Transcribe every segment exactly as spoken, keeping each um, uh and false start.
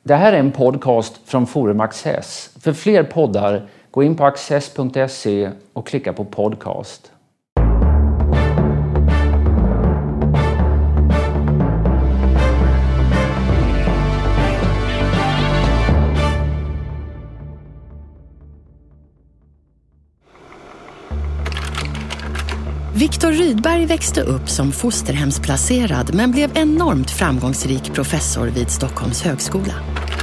Det här är en podcast från Forum Access. För fler poddar, gå in på access punkt se och klicka på podcast. Viktor Rydberg växte upp som fosterhemsplacerad men blev enormt framgångsrik professor vid Stockholms högskola.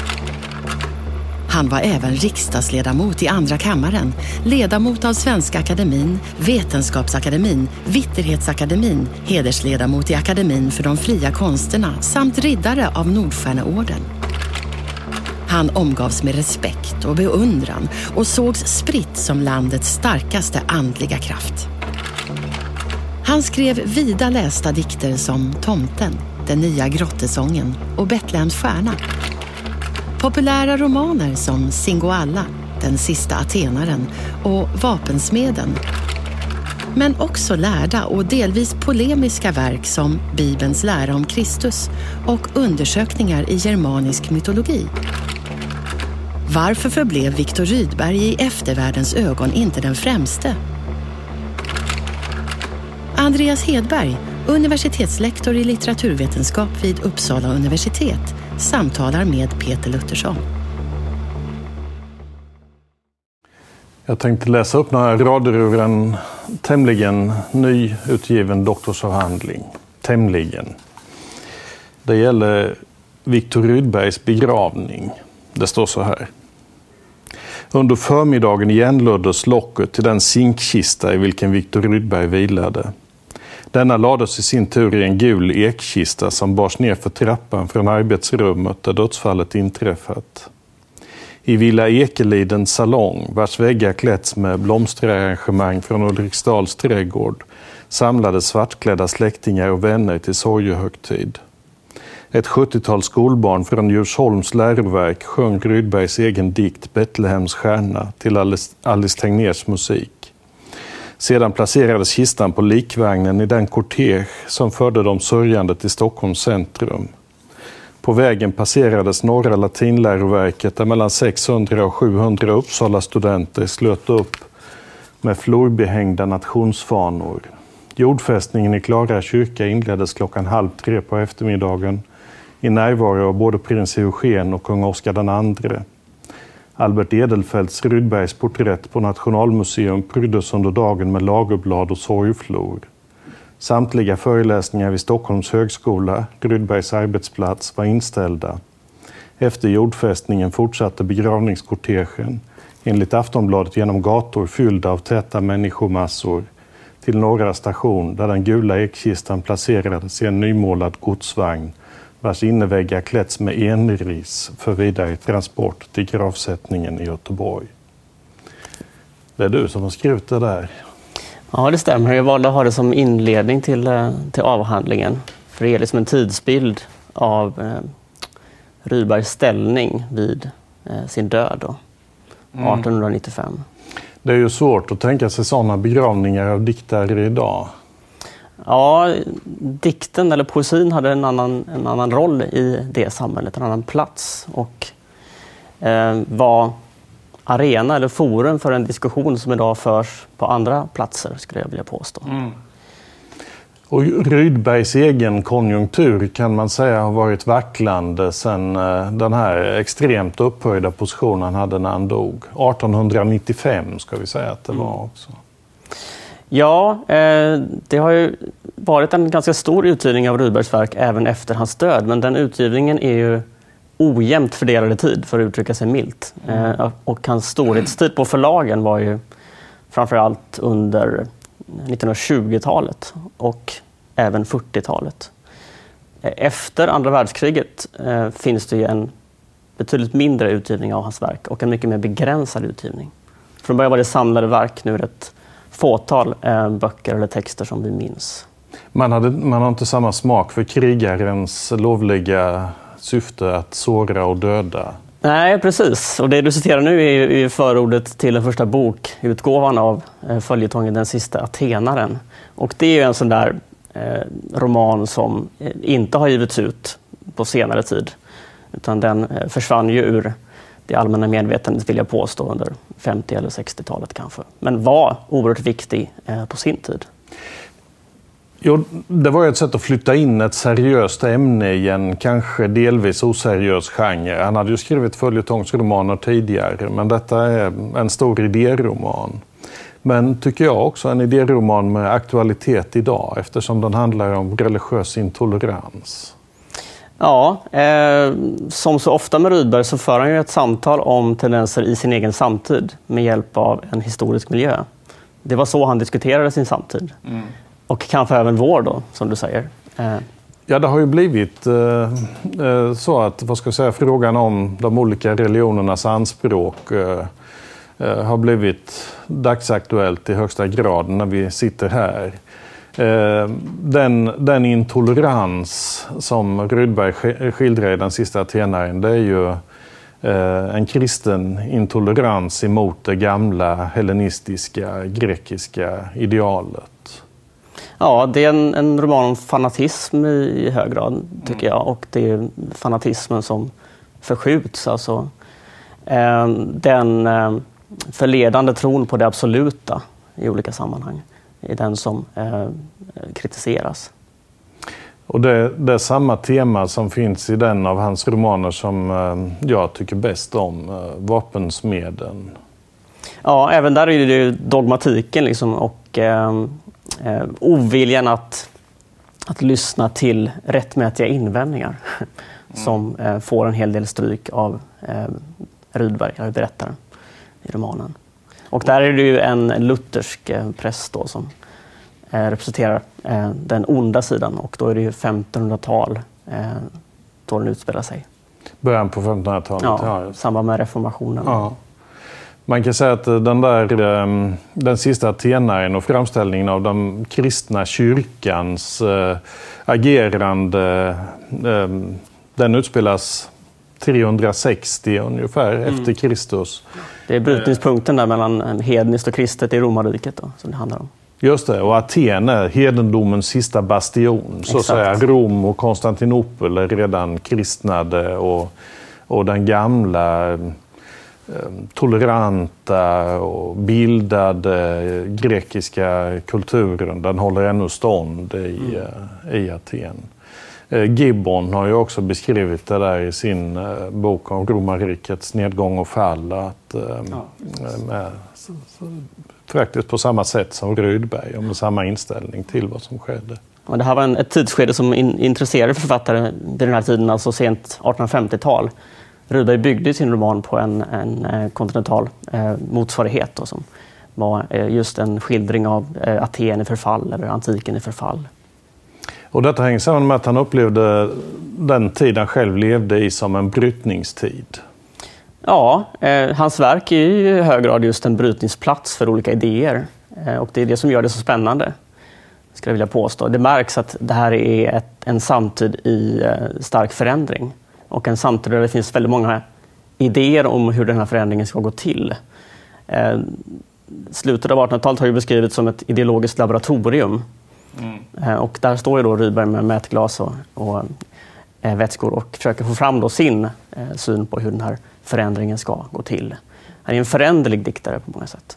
Han var även riksdagsledamot i andra kammaren, ledamot av Svenska akademin, Vetenskapsakademin, Vitterhetsakademin, hedersledamot i Akademin för de fria konsterna samt riddare av Nordstjärneorden. Han omgavs med respekt och beundran och sågs spritt som landets starkaste andliga kraft. Han skrev vida lästa dikter som Tomten, Den nya grottesången och Betlehems stjärna. Populära romaner som Singoalla, Den sista atenaren och Vapensmeden. Men också lärda och delvis polemiska verk som Bibelns lära om Kristus och undersökningar i germanisk mytologi. Varför förblev Viktor Rydberg i eftervärldens ögon inte den främste? Andreas Hedberg, universitetslektor i litteraturvetenskap vid Uppsala universitet, samtalar med Peter Luttersson. Jag tänkte läsa upp några rader ur en tämligen nyutgiven doktorsavhandling. Tämligen. Det gäller Viktor Rydbergs begravning. Det står så här. Under förmiddagen igenlöddes locket till den zinkkista i vilken Viktor Rydberg vilade. Denna lades i sin tur i en gul ekkista som bars ner för trappan från arbetsrummet där dödsfallet inträffat. I Villa Ekelidens salong, vars väggar klätts med blomsterarrangemang från Ulriksdals trädgård, samlade svartklädda släktingar och vänner till sorgehögtid. Ett sjuttiotal skolbarn från Djursholms läroverk sjöng Rydbergs egen dikt Betlehems stjärna till Alice, Alice Tegnérs musik. Sedan placerades kistan på likvagnen i den kortege som förde de sörjande till Stockholms centrum. På vägen passerades Norra latinläroverket där mellan sexhundra och sjuhundra Uppsala studenter slöt upp med florbehängda nationsfanor. Jordfästningen i Klara kyrka inleddes klockan halv tre på eftermiddagen i närvaro av både prins Eugen och kung Oscar den andre. Albert Edelfelts Rydbergs porträtt på Nationalmuseum pryddes under dagen med lagerblad och sorgflor. Samtliga föreläsningar vid Stockholms högskola, Rydbergs arbetsplats, var inställda. Efter jordfästningen fortsatte begravningskortegen, enligt Aftonbladet genom gator fyllda av täta människomassor, till Norra station där den gula ekkistan placerades i en nymålad godsvagn vars inneväggar klätts med enris för vidare transport till gravsättningen i Göteborg. Det är du som har skrivit det där. Ja, det stämmer. Jag valde att ha det som inledning till, till avhandlingen. För det är liksom en tidsbild av eh, Rydbergs ställning vid eh, sin död då, arton nittiofem. Det är ju svårt att tänka sig sådana begravningar av diktare idag. Ja, dikten eller poesin hade en annan, en annan roll i det samhället, en annan plats. Och eh, var arena eller forum för en diskussion som idag förs på andra platser, skulle jag vilja påstå. Mm. Och Rydbergs egen konjunktur kan man säga har varit vacklande sedan den här extremt upphöjda positionen han hade när han dog. arton nittiofem ska vi säga att det var också. Ja, eh, det har ju varit en ganska stor utgivning av Rydbergs verk även efter hans död. Men den utgivningen är ju ojämnt fördelad i tid, för att uttrycka sig milt. Eh, och hans storhetstid på förlagen var ju framförallt under nittonhundratjugotalet och även fyrtiotalet. Efter andra världskriget eh, finns det ju en betydligt mindre utgivning av hans verk och en mycket mer begränsad utgivning. Från början var det samlade verk, nu är det ett fåtal eh, böcker eller texter som vi minns. Man, hade, man har inte samma smak för krigarens lovliga syfte att såra och döda. Nej, precis. Och det du citerar nu är ju förordet till den första bokutgåvan av eh, följetongen Den sista atenaren. Och det är ju en sån där eh, roman som eh, inte har givits ut på senare tid. Utan den försvann ju ur det allmänna medvetandet, vill jag påstå, under femtio- eller sextiotalet kanske. Men var oerhört viktig eh, på sin tid. Jo, det var ju ett sätt att flytta in ett seriöst ämne i en kanske delvis oseriös genre. Han hade ju skrivit följetongsromaner tidigare, men detta är en stor idéroman. Men tycker jag också en idéroman med aktualitet idag, eftersom den handlar om religiös intolerans. Ja, eh, som så ofta med Rydberg så för han ju ett samtal om tendenser i sin egen samtid med hjälp av en historisk miljö. Det var så han diskuterade sin samtid. Mm. Och kanske även vår då, som du säger. Eh. Ja, det har ju blivit eh, så att, vad ska jag säga, frågan om de olika religionernas anspråk eh, eh, har blivit dagsaktuellt i högsta grad när vi sitter här. Eh, den, den intolerans som Rydberg skildrar i Den sista atenaren, det är ju eh, en kristen intolerans emot det gamla hellenistiska, grekiska idealet. Ja, det är en, en roman om fanatism i, i hög grad, tycker jag. Och det är fanatismen som förskjuts. Alltså, eh, den eh, förledande tron på det absoluta i olika sammanhang är den som eh, kritiseras. Och det, det är samma tema som finns i den av hans romaner som eh, jag tycker bäst om, eh, Vapensmeden. Ja, även där är det ju dogmatiken liksom, och eh, eh, oviljan att, att lyssna till rättmätiga invändningar mm. som eh, får en hel del stryk av eh, Rydberg, eller berättaren i romanen. Och där är det ju en luthersk eh, präst då, som eh, representerar eh, den onda sidan, och då är det ju femtonhundratal eh, då den utspelar sig. Början på femtonhundratalet? Ja, i samband med reformationen. Ja. Man kan säga att den där, den sista atenaren och framställningen av den kristna kyrkans äh, agerande, äh, den utspelas trehundrasextio ungefär mm. efter Kristus. Det är brytningspunkten där mellan hedniskt och kristet i romarriket då, som det handlar om. Just det, och Aten är hedendomens sista bastion. Så att säga. Rom och Konstantinopel är redan kristnade, och, och den gamla toleranta och bildade grekiska kulturen, den håller ännu stånd i, mm. i Aten. Gibbon har ju också beskrivit det där i sin bok om romarrikets nedgång och fall, att ja. med, faktiskt på samma sätt som Rydberg och med samma inställning till vad som skedde. Ja, det här var en, ett tidsskede som in, intresserade författare vid den här tiden, alltså sent artonhundrafemtiotal. Rydberg byggde sin roman på en, en kontinental eh, motsvarighet då, som var eh, just en skildring av eh, Aten i förfall, eller antiken i förfall. Och detta hänger samman med att han upplevde den tid han själv levde i som en brytningstid. Ja, eh, hans verk är ju i hög grad just en brytningsplats för olika idéer. Eh, och det är det som gör det så spännande, skulle jag vilja påstå. Det märks att det här är ett, en samtid i eh, stark förändring. Och en samtid där det finns väldigt många idéer om hur den här förändringen ska gå till. Eh, slutet av artonhundratalet har ju beskrivits som ett ideologiskt laboratorium. Mm. Eh, och där står ju då Rydberg med mätglas och, och eh, vätskor och försöker få fram då sin eh, syn på hur den här förändringen ska gå till. Han är en föränderlig diktare på många sätt.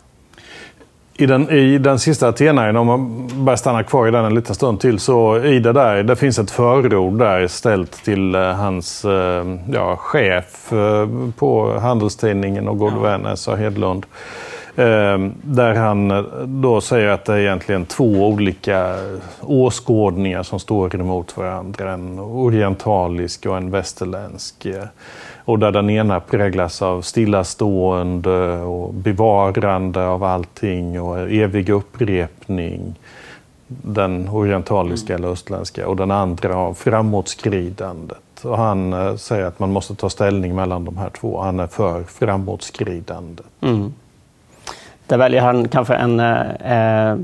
I den, I den sista atenaren, om man bara stannar kvar i den en liten stund till, så i det där, det finns ett förord där ställt till uh, hans uh, ja, chef uh, på Handelstidningen och god vän S A Hedlund. Uh, där han då säger att det är egentligen två olika åskådningar som står emot varandra. En orientalisk och en västerländsk. Uh, Och där den ena präglas av stillastående och bevarande av allting och evig upprepning. Den orientaliska eller östländska, och den andra av framåtskridandet. Och han eh, säger att man måste ta ställning mellan de här två. Han är för framåtskridandet. Mm. Där väljer han kanske en... Eh,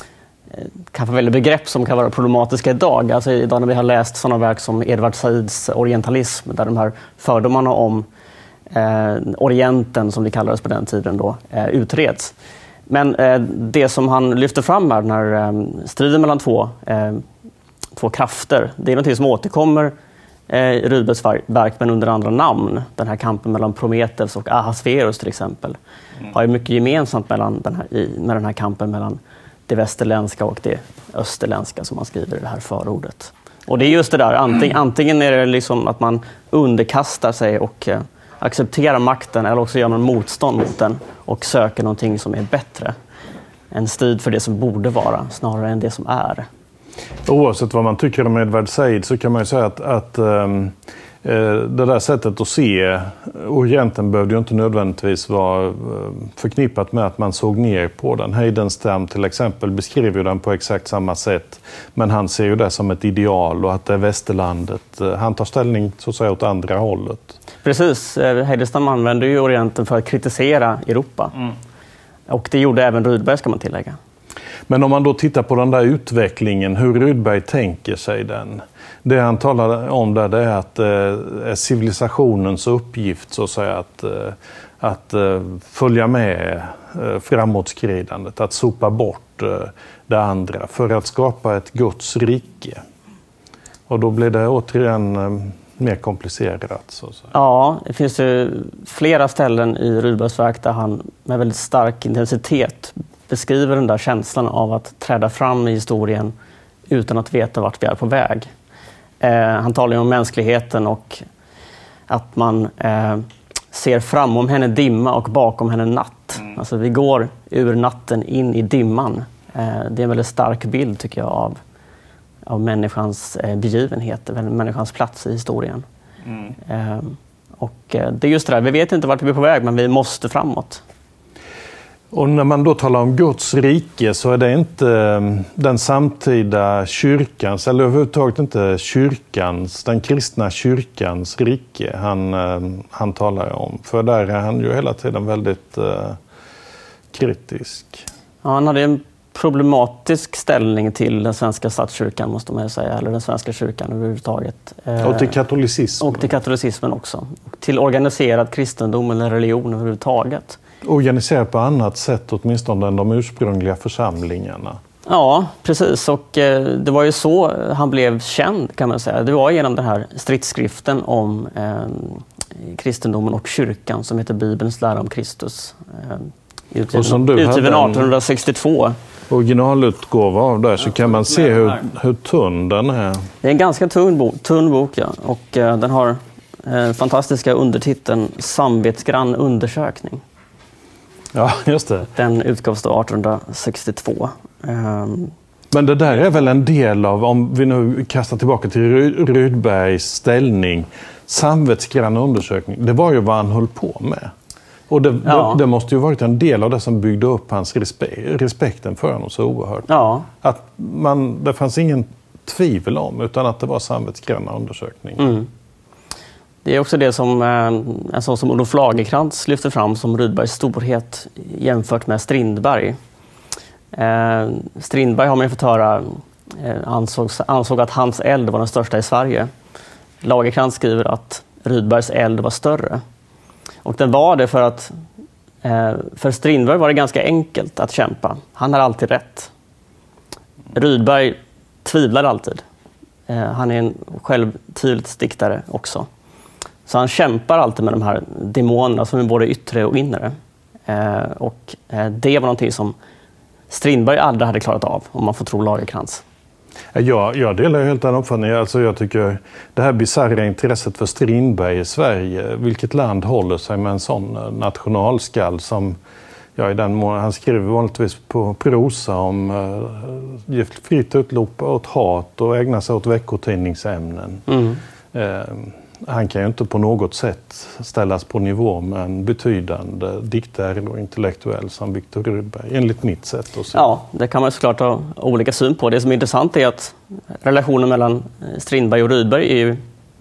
kanske väldigt begrepp som kan vara problematiska idag. Alltså idag när vi har läst sådana verk som Edward Saids orientalism, där de här fördomarna om eh, Orienten, som det kallades på den tiden, då, eh, utreds. Men eh, det som han lyfter fram här, den här eh, striden mellan två, eh, två krafter, det är något som återkommer eh, Rydbergs verk men under andra namn. Den här kampen mellan Prometheus och Ahasverus till exempel mm. har ju mycket gemensamt mellan den här, i, med den här kampen mellan det västerländska och det österländska som man skriver i det här förordet. Och det är just det där, antingen, antingen är det liksom att man underkastar sig och eh, accepterar makten, eller också gör man motstånd mot den och söker någonting som är bättre. En strid för det som borde vara, snarare än det som är. Oavsett vad man tycker om Edward Said så kan man ju säga att, att um, det där sättet att se Orienten behövde ju inte nödvändigtvis vara förknippat med att man såg ner på den. Heidenstam till exempel beskriver ju den på exakt samma sätt, men han ser ju det som ett ideal och att det är västerlandet. Han tar ställning så att säga åt andra hållet. Precis, Heidenstam använde ju Orienten för att kritisera Europa. Mm. Och det gjorde även Rydberg, ska man tillägga. Men om man då tittar på den där utvecklingen, hur Rydberg tänker sig den. Det han talar om där, det är att det är civilisationens uppgift så att säga, att, att följa med framåtskridandet, att sopa bort det andra för att skapa ett Guds rike. Och då blir det återigen mer komplicerat. Så att säga. Ja, det finns ju flera ställen i Rydbergs verk där han med väldigt stark intensitet beskriver den där känslan av att träda fram i historien utan att veta vart vi är på väg. Eh, han talar ju om mänskligheten och att man eh, ser framom henne dimma och bakom henne natt. Mm. Alltså vi går ur natten in i dimman. Eh, det är en väldigt stark bild tycker jag av, av människans eh, begivenhet, människans plats i historien. Mm. Eh, och eh, det är just det där, vi vet inte vart vi är på väg men vi måste framåt. Och när man då talar om Guds rike så är det inte den samtida kyrkans, eller överhuvudtaget inte kyrkans, den kristna kyrkans rike han, han talar om. För där är han ju hela tiden väldigt uh, kritisk. Ja, han hade en problematisk ställning till den svenska statskyrkan måste man ju säga, eller den svenska kyrkan överhuvudtaget. Och till katolicismen. Och till katolicismen också. Och till organiserad kristendom eller religion överhuvudtaget. Organiserat på annat sätt åtminstone än de ursprungliga församlingarna. Ja, precis. Och eh, det var ju så han blev känd kan man säga. Det var genom den här stridsskriften om eh, kristendomen och kyrkan som heter Bibelns lära om Kristus. Eh, utgiven utgiven arton sextiotvå. Originalutgåva av där så kan man se hur, hur tunn den är. Det är en ganska tunn bok, tunn bok ja. Och eh, den har eh, fantastiska undertiteln Samvetsgrann undersökning. Ja, just det. Den utgavs då arton sextiotvå. Um... Men det där är väl en del av, om vi nu kastar tillbaka till Rydbergs ställning, samvetsgrann undersökning, det var ju vad han höll på med. Och det, ja. det, det måste ju varit en del av det som byggde upp hans respe- respekten för honom så oerhört. Ja. Att man, det fanns ingen tvivel om, utan att det var samvetsgranna undersökning. Mm. Det är också det som en sån som Olof Lagercrantz lyfter fram som Rydbergs storhet jämfört med Strindberg. Eh, Strindberg har man ju fått höra eh, ansåg, ansåg att hans eld var den största i Sverige. Lagercrantz skriver att Rydbergs eld var större. Och den var det för att eh, för Strindberg var det ganska enkelt att kämpa. Han har alltid rätt. Rydberg tvivlar alltid. Eh, han är en självtillitsdiktare också. Så han kämpar alltid med de här demonerna som är både yttre och inre. Eh, och eh, det var någonting som Strindberg aldrig hade klarat av, om man får tro Lagercrantz. Ja, jag delar helt den uppfattningen. Alltså jag tycker det här bizarra intresset för Strindberg i Sverige, vilket land håller sig med en sån nationalskall som, ja, i den mån, han skriver vanligtvis på prosa om uh, ge fritt utlopp åt hat och ägna sig åt veckotidningsämnen. Mm. Uh, Han kan ju inte på något sätt ställas på nivå med en betydande diktare och intellektuell som Viktor Rydberg, enligt mitt sätt att se. Ja, det kan man såklart ha olika syn på. Det som är intressant är att relationen mellan Strindberg och Rydberg är ju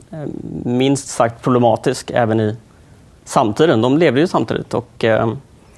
minst sagt problematisk även i samtiden. De levde ju samtidigt och eh,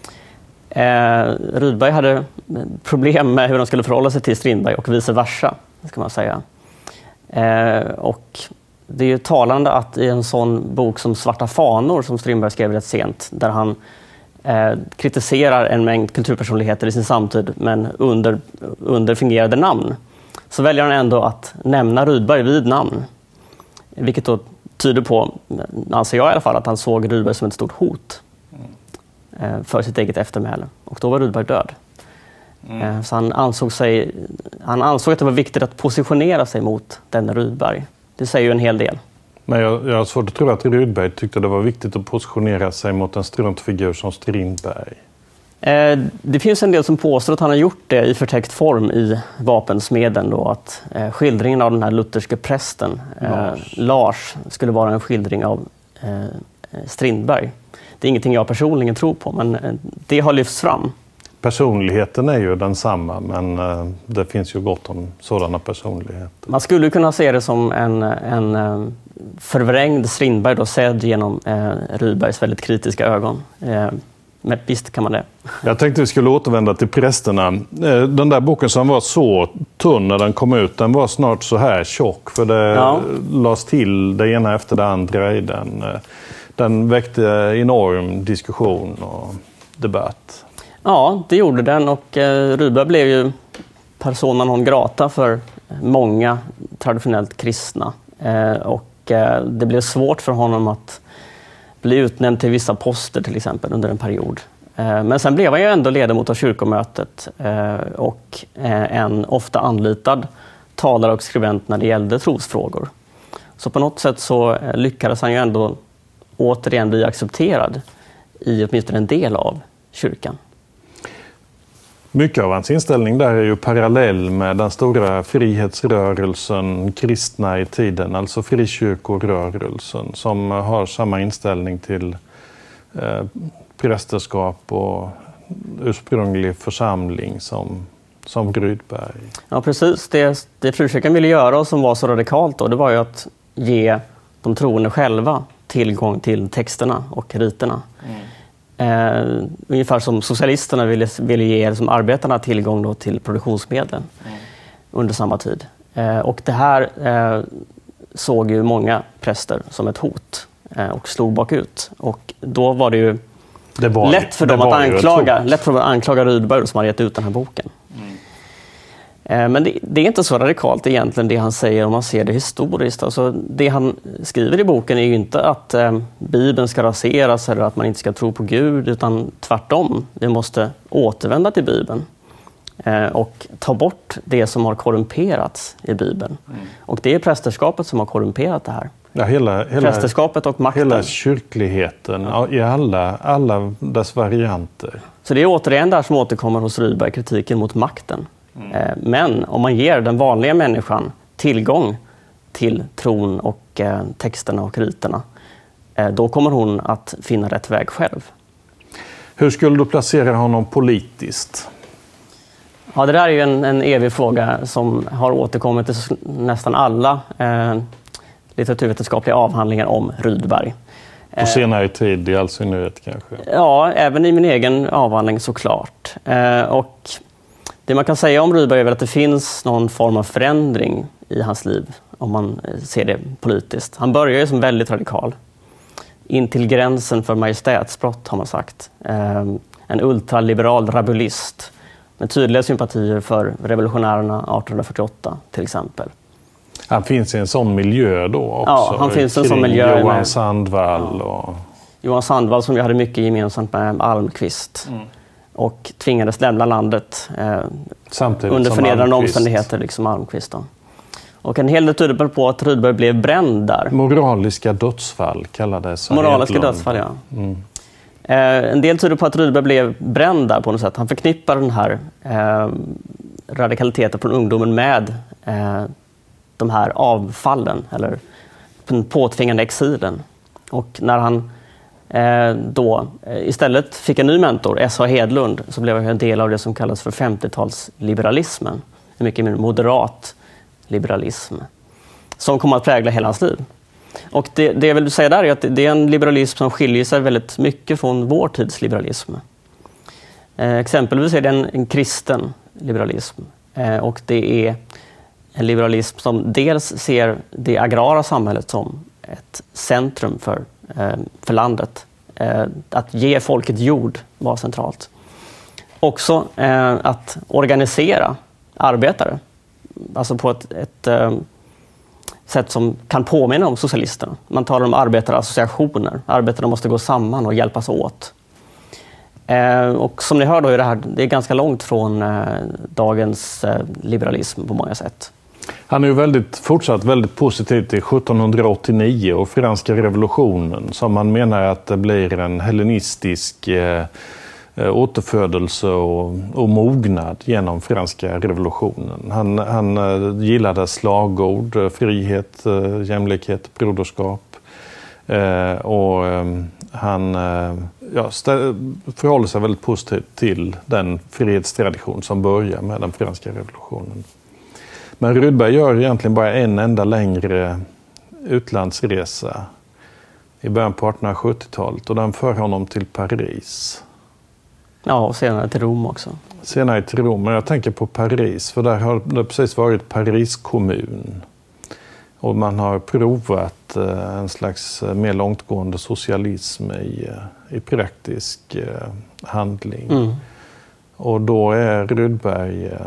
Rydberg hade problem med hur de skulle förhålla sig till Strindberg och vice versa, ska man säga. Eh, och det är ju talande att i en sån bok som Svarta fanor som Strindberg skrev rätt sent, där han eh, kritiserar en mängd kulturpersonligheter i sin samtid men under, under fingerade namn, så väljer han ändå att nämna Rydberg vid namn. Vilket då tyder på, anser jag i alla fall, att han såg Rydberg som ett stort hot mm. för sitt eget eftermäle. Och då var Rydberg död. Mm. Så han ansåg, sig, han ansåg att det var viktigt att positionera sig mot denne Rydberg. Det säger ju en hel del. Men jag, jag har svårt att tro att Rydberg tyckte det var viktigt att positionera sig mot en struntfigur som Strindberg. Eh, det finns en del som påstår att han har gjort det i förtäckt form i Vapensmeden. Då, att eh, skildringen av den här lutherske prästen, eh, Lars. Lars, skulle vara en skildring av eh, Strindberg. Det är ingenting jag personligen tror på, men eh, det har lyfts fram. Personligheten är ju densamma, men eh, det finns ju gott om sådana personligheter. Man skulle kunna se det som en, en eh, förvrängd Strindberg då, sedd genom eh, Rydbergs väldigt kritiska ögon. Eh, Men visst kan man det. Jag tänkte vi skulle återvända till prästerna. Den där boken som var så tunn när den kom ut, den var snart så här tjock. För det ja. lades till det ena efter det andra i den. Den väckte enorm diskussion och debatt. Ja, det gjorde den. Och Rydberg blev ju persona non grata för många traditionellt kristna. Och det blev svårt för honom att bli utnämnd till vissa poster till exempel under en period. Men sen blev han ju ändå ledamot av kyrkomötet och en ofta anlitad talare och skribent när det gällde trosfrågor. Så på något sätt så lyckades han ju ändå återigen bli accepterad i åtminstone en del av kyrkan. Mycket av hans inställning där är ju parallell med den stora frihetsrörelsen kristna i tiden, alltså frikyrkorörelsen, som har samma inställning till eh, prästerskap och ursprunglig församling som, som Rydberg. Ja, precis. Det, det frikyrkan ville göra och som var så radikalt då, det var ju att ge de troende själva tillgång till texterna och riterna. Mm. Eh, ungefär som socialisterna ville, ville ge som arbetarna tillgång då till produktionsmedlen mm. under samma tid. Eh, och det här eh, såg ju många präster som ett hot eh, och slog bakut. Och då var det ju det var, lätt för dem att anklaga, lätt för dem att anklaga Rydberg som har gett ut den här boken. Mm. Eh, men det, det är inte så radikalt egentligen det han säger om man ser det historiskt. Alltså, det han skriver i boken är ju inte att eh, Bibeln ska raseras eller att man inte ska tro på Gud, utan tvärtom. Vi måste återvända till Bibeln eh, och ta bort det som har korrumperats i Bibeln. Mm. Och det är prästerskapet som har korrumperat det här. Ja, hela, hela, prästerskapet och makten. Hela kyrkligheten ja. i alla, alla dess varianter. Så det är återigen där som återkommer hos Rydberg, kritiken mot makten. Mm. Men om man ger den vanliga människan tillgång till tron och eh, texterna och riterna, eh, då kommer hon att finna rätt väg själv. Hur skulle du placera honom politiskt? Ja, det där är ju en, en evig fråga som har återkommit i nästan alla eh, litteraturvetenskapliga avhandlingar om Rydberg. På senare tid i all synnerhet kanske? Ja, även i min egen avhandling såklart. Eh, och det man kan säga om Rydberg är väl att det finns någon form av förändring i hans liv, om man ser det politiskt. Han börjar ju som väldigt radikal. In till gränsen för majestätsbrott har man sagt. Eh, en ultraliberal rabulist med tydliga sympatier för revolutionärerna arton fyrtioåtta till exempel. Han finns i en sån miljö då också? Ja, han finns i en sån miljö. Johan med Sandvall och... Johan Sandvall som ju hade mycket gemensamt med Almqvist. Mm. Och tvingades lämna landet eh, under förnedrande omständigheter liksom Almqvist. Då. Och en hel del tyder på att Rydberg blev bränd där. Moraliska dödsfall kallades det. Moraliska dödsfall, ja. Mm. Eh, en del tyder på att Rydberg blev bränd där på något sätt. Han förknippar den här eh, radikaliteten från ungdomen med eh, de här avfallen eller den påtvingande exilen. Och när han eh, då eh, istället fick en ny mentor, S H Hedlund, så blev han en del av det som kallas för femtiotalsliberalismen. En mycket mer moderat liberalism som kommer att prägla hela hans liv. Och det, det jag vill säga där är att det är en liberalism som skiljer sig väldigt mycket från vår tids liberalism. Eh, exempelvis är det en, en kristen liberalism. Eh, och det är en liberalism som dels ser det agrara samhället som ett centrum för, eh, för landet. Eh, att ge folket jord var centralt. Också eh, att organisera arbetare. Alltså på ett, ett, eh, sätt som kan påminna om socialisterna. Man talar om arbetarassociationer. Arbetarna måste gå samman och hjälpas åt. Eh, och som ni hör då är det här det är ganska långt från eh, dagens eh, liberalism på många sätt. Han är ju väldigt, fortsatt väldigt positiv till sjuttonhundraåttionio och franska revolutionen, som man menar att det blir en hellenistisk eh, återfödelse och, och mognad genom franska revolutionen. Han, han eh, gillade slagord, frihet, eh, jämlikhet, broderskap. Eh, och eh, han eh, ja, stä- förhåller sig väldigt positivt till den frihetstradition som börjar med den franska revolutionen. Men Rydberg gör egentligen bara en enda längre utlandsresa i början på artonhundrasjuttiotalet och den för honom till Paris. Ja, och senare till Rom också. Senare till Rom, men jag tänker på Paris, för där har det precis varit Paris kommun. Och man har provat en slags mer långtgående socialism i, i praktisk handling. Mm. Och då är Rydberg eh,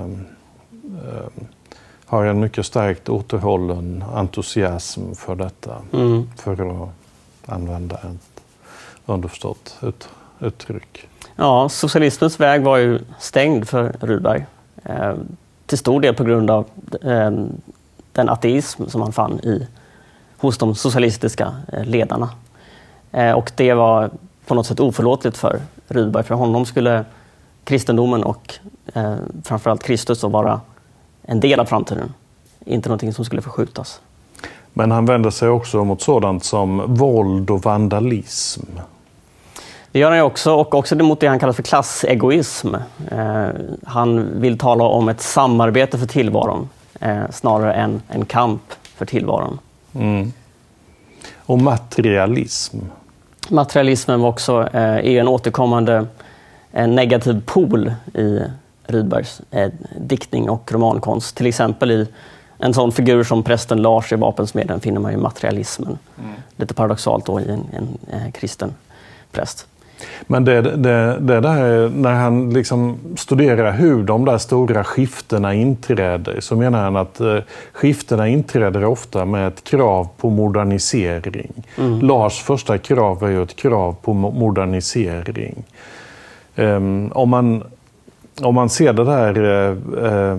har en mycket starkt återhållen entusiasm för detta. Mm. För att använda ett underförstått ut, uttryck. Ja, socialismens väg var ju stängd för Rydberg. Eh, till stor del på grund av eh, den ateism som han fann i, hos de socialistiska eh, ledarna. Eh, och det var på något sätt oförlåtligt för Rydberg. För honom skulle kristendomen och eh, framförallt Kristus vara en del av framtiden. Inte någonting som skulle förskjutas. Men han vänder sig också mot sådant som våld och vandalism. Det gör han ju också, och också mot det han kallar för klassegoism. Eh, han vill tala om ett samarbete för tillvaron eh, snarare än en kamp för tillvaron. Mm. Och materialism. Materialismen var också eh, är en återkommande eh, negativ pol i Rydbergs eh, diktning och romankonst. Till exempel i en sån figur som prästen Lars i Vapensmeden finner man ju materialismen. Mm. Lite paradoxalt då i en, en eh, kristen präst. Men det, det, det där, när han liksom studerar hur de där stora skiftena inträder, så menar han att eh, skiftena inträder ofta med ett krav på modernisering. Mm. Lars första krav är ju ett krav på modernisering. Um, om man Om man ser det där, eh, eh,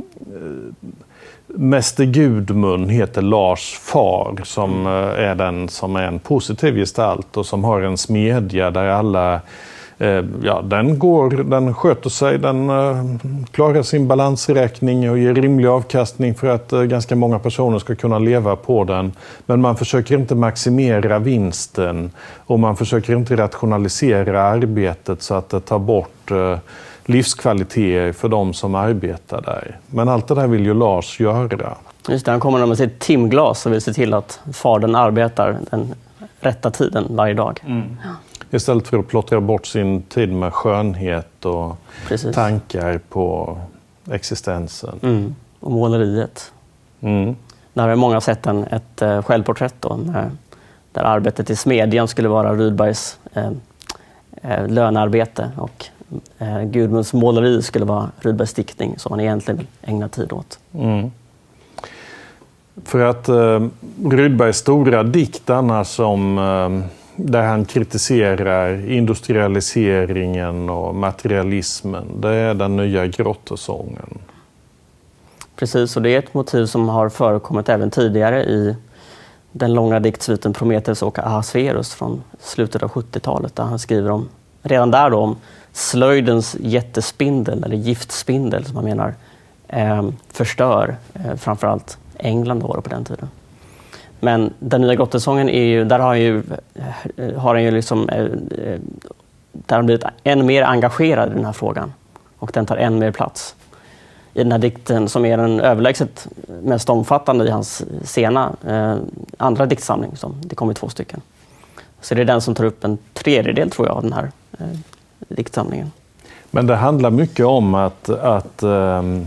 Mäster Gudmund heter Lars far, som eh, är den som är en positiv gestalt och som har en smedja där alla, eh, ja, den går, den sköter sig, den eh, klarar sin balansräkning och ger rimlig avkastning för att eh, ganska många personer ska kunna leva på den. Men man försöker inte maximera vinsten och man försöker inte rationalisera arbetet så att det tar bort eh, livskvaliteter för de som arbetar där. Men allt det där vill ju Lars göra. Just det, han kommer med sitt timglas och vill se till att fadern arbetar den rätta tiden varje dag. Mm. Istället för att plottra bort sin tid med skönhet och Precis. tankar på existensen. Mm. Och måleriet. Mm. Där har många sett en, ett uh, självporträtt då, när, där arbetet i smedjan skulle vara Rydbergs uh, uh, lönearbete och Eh, Gudmunds måleri skulle vara Rydbergs diktning som han egentligen vill ägna tid åt. Mm. För att eh, Rydbergs stora dikt annars som, eh, där han kritiserar industrialiseringen och materialismen, det är den nya grottosången. Precis, och det är ett motiv som har förekommit även tidigare i den långa diktsviten Prometheus och Ahasverus från slutet av sjuttiotalet, där han skriver om, redan där då, om slöjdens jättespindel, eller giftspindel som man menar, eh, förstör eh, framförallt England då på den tiden. Men den nya grottosången är ju, där har han ju, eh, har han ju liksom, eh, där har han blivit än mer engagerad i den här frågan och den tar än mer plats i den här dikten som är den överlägset mest omfattande i hans sena eh, andra diktsamling, som det kommer två stycken. Så det är den som tar upp en tredjedel, tror jag, av den här eh, diktsamlingen. Men det handlar mycket om att, att ähm,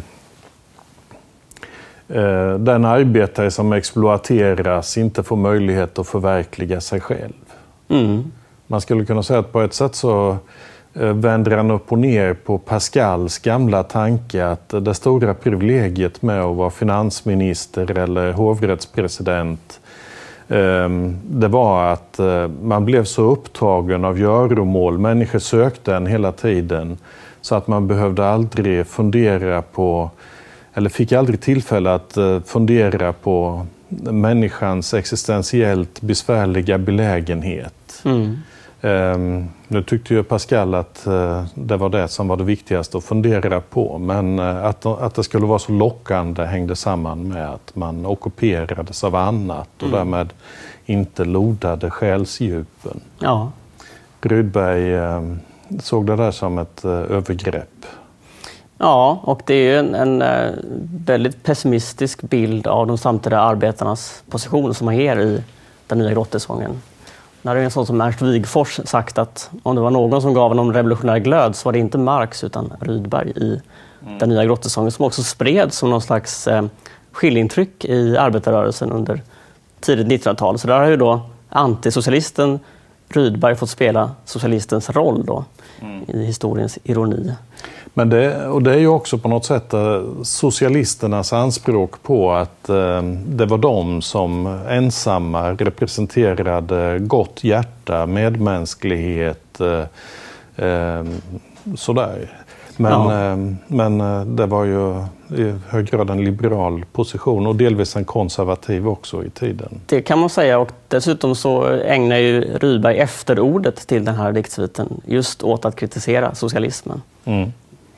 äh, den arbetare som exploateras inte får möjlighet att förverkliga sig själv. Mm. Man skulle kunna säga att på ett sätt så vänder han upp och ner på Pascals gamla tanke att det stora privilegiet med att vara finansminister eller hovrättspresident, det var att man blev så upptagen av göromål, människor sökte en hela tiden, så att man behövde aldrig fundera på, eller fick aldrig tillfälle att fundera på människans existentiellt besvärliga belägenhet. Mm. Um, nu tyckte ju Pascal att uh, det var det som var det viktigaste att fundera på, men uh, att, att det skulle vara så lockande hängde samman med att man ockuperades av annat och mm. därmed inte lodade själsdjupen. Ja. Rydberg uh, såg det där som ett uh, övergrepp. Ja, och det är ju en, en uh, väldigt pessimistisk bild av de samtida arbetarnas position som man ger i den nya grottesången. När det är en sån som Ernst Wigforss sagt att om det var någon som gav honom revolutionär glöd så var det inte Marx utan Rydberg i mm. den nya grottesången, som också spreds som någon slags eh, skiljeintryck i arbetarrörelsen under tidigt nittonhundratal. Så där har ju då antisocialisten Rydberg fått spela socialistens roll då, mm. i historiens ironi. Men det, och det är ju också på något sätt socialisternas anspråk på att eh, det var de som ensamma representerade gott hjärta, medmänsklighet, eh, eh, sådär. Men, ja. eh, men det var ju i hög grad en liberal position och delvis en konservativ också i tiden. Det kan man säga, och dessutom så ägnar ju Rydberg efterordet till den här diktsviten just åt att kritisera socialismen. Mm.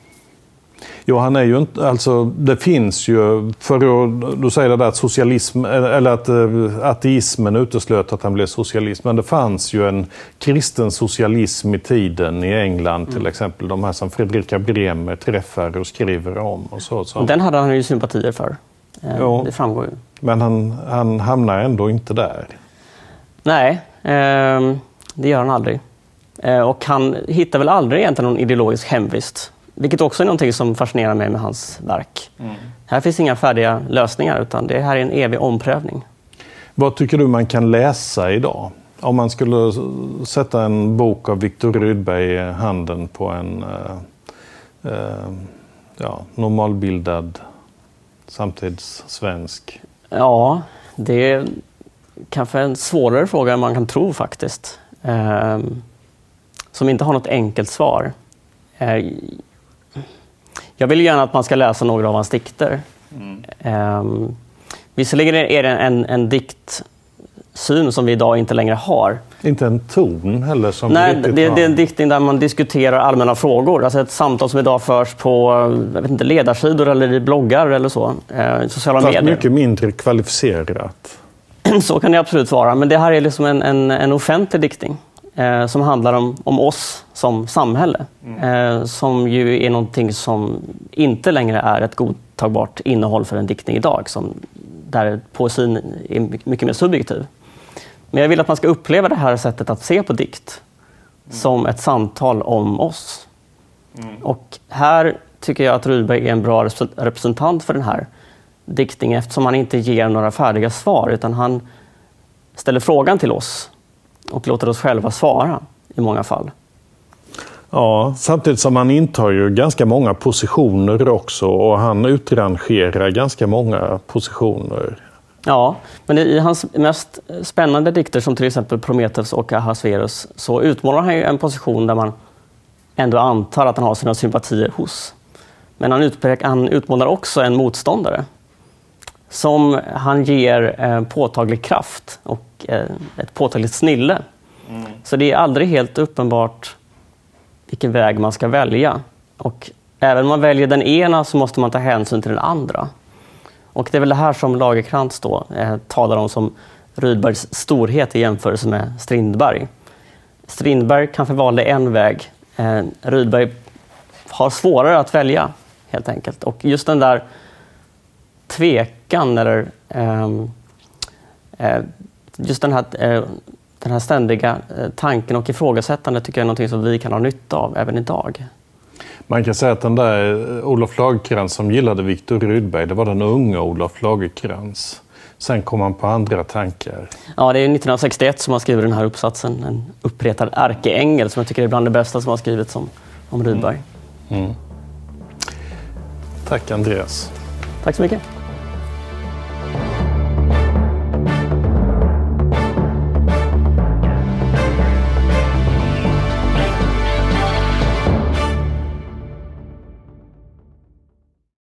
Jo, han är ju inte, alltså det finns ju, för att du säger det där att socialism, eller att ateismen uteslöt att han blev socialist, men det fanns ju en kristen socialism i tiden i England till mm. exempel, de här som Fredrika Bremer träffar och skriver om och så. så. Den hade han ju sympatier för, jo, det framgår ju. Men han, han hamnar ändå inte där. Nej, eh, det gör han aldrig. Eh, och han hittar väl aldrig egentligen någon ideologisk hemvist. Vilket också är någonting som fascinerar mig med hans verk. Mm. Här finns inga färdiga lösningar, utan det här är en evig omprövning. Vad tycker du man kan läsa idag? Om man skulle sätta en bok av Viktor Rydberg i handen på en eh, eh, ja, normalbildad samtidssvensk. Ja, det är kanske en svårare fråga än man kan tro faktiskt. Eh, som inte har något enkelt svar. Eh, Jag vill gärna att man ska läsa några av hans dikter. Mm. Um, visserligen är det en, en diktsyn som vi idag inte längre har. Inte en ton heller? Som Nej, det, det är en diktning där man diskuterar allmänna frågor. Alltså ett samtal som idag förs på jag vet inte, ledarsidor eller i bloggar eller så. Eh, sociala Fast medier. Mycket mindre kvalificerat. Så kan det absolut vara. Men det här är liksom en, en, en offentlig diktning. Eh, som handlar om, om oss som samhälle. Mm. Eh, som ju är någonting som inte längre är ett godtagbart innehåll för en diktning idag. Som, där poesin är mycket mer subjektiv. Men jag vill att man ska uppleva det här sättet att se på dikt. Mm. Som ett samtal om oss. Mm. Och här tycker jag att Rydberg är en bra representant för den här diktningen. Eftersom han inte ger några färdiga svar. Utan han ställer frågan till oss. Och låter oss själva svara i många fall. Ja, samtidigt som han intar ju ganska många positioner också. Och han utrangerar ganska många positioner. Ja, men i hans mest spännande dikter som till exempel Prometheus och Ahasverus så utmålar han ju en position där man ändå antar att han har sina sympatier hos. Men han, utpek- han utmålar också en motståndare. Som han ger eh, påtaglig kraft och eh, ett påtagligt snille. Mm. Så det är aldrig helt uppenbart vilken väg man ska välja. Och även om man väljer den ena så måste man ta hänsyn till den andra. Och det är väl det här som Lagercrantz då eh, talar om som Rydbergs storhet i jämförelse med Strindberg. Strindberg kanske valde en väg. Eh, Rydberg har svårare att välja helt enkelt. Och just den där tvekan eller eh, eh, just den här, eh, den här ständiga eh, tanken och ifrågasättande tycker jag är någonting som vi kan ha nytta av även idag. Man kan säga att den där Olof Lagercrantz som gillade Viktor Rydberg, det var den unga Olof Lagercrantz sen kom han på andra tankar. Ja, det är nittonhundrasextioett som han skriver den här uppsatsen. En uppretad ärkeängel som jag tycker är bland det bästa som har skrivits om, om Rydberg. Mm. Mm. Tack Andreas. Tack så mycket.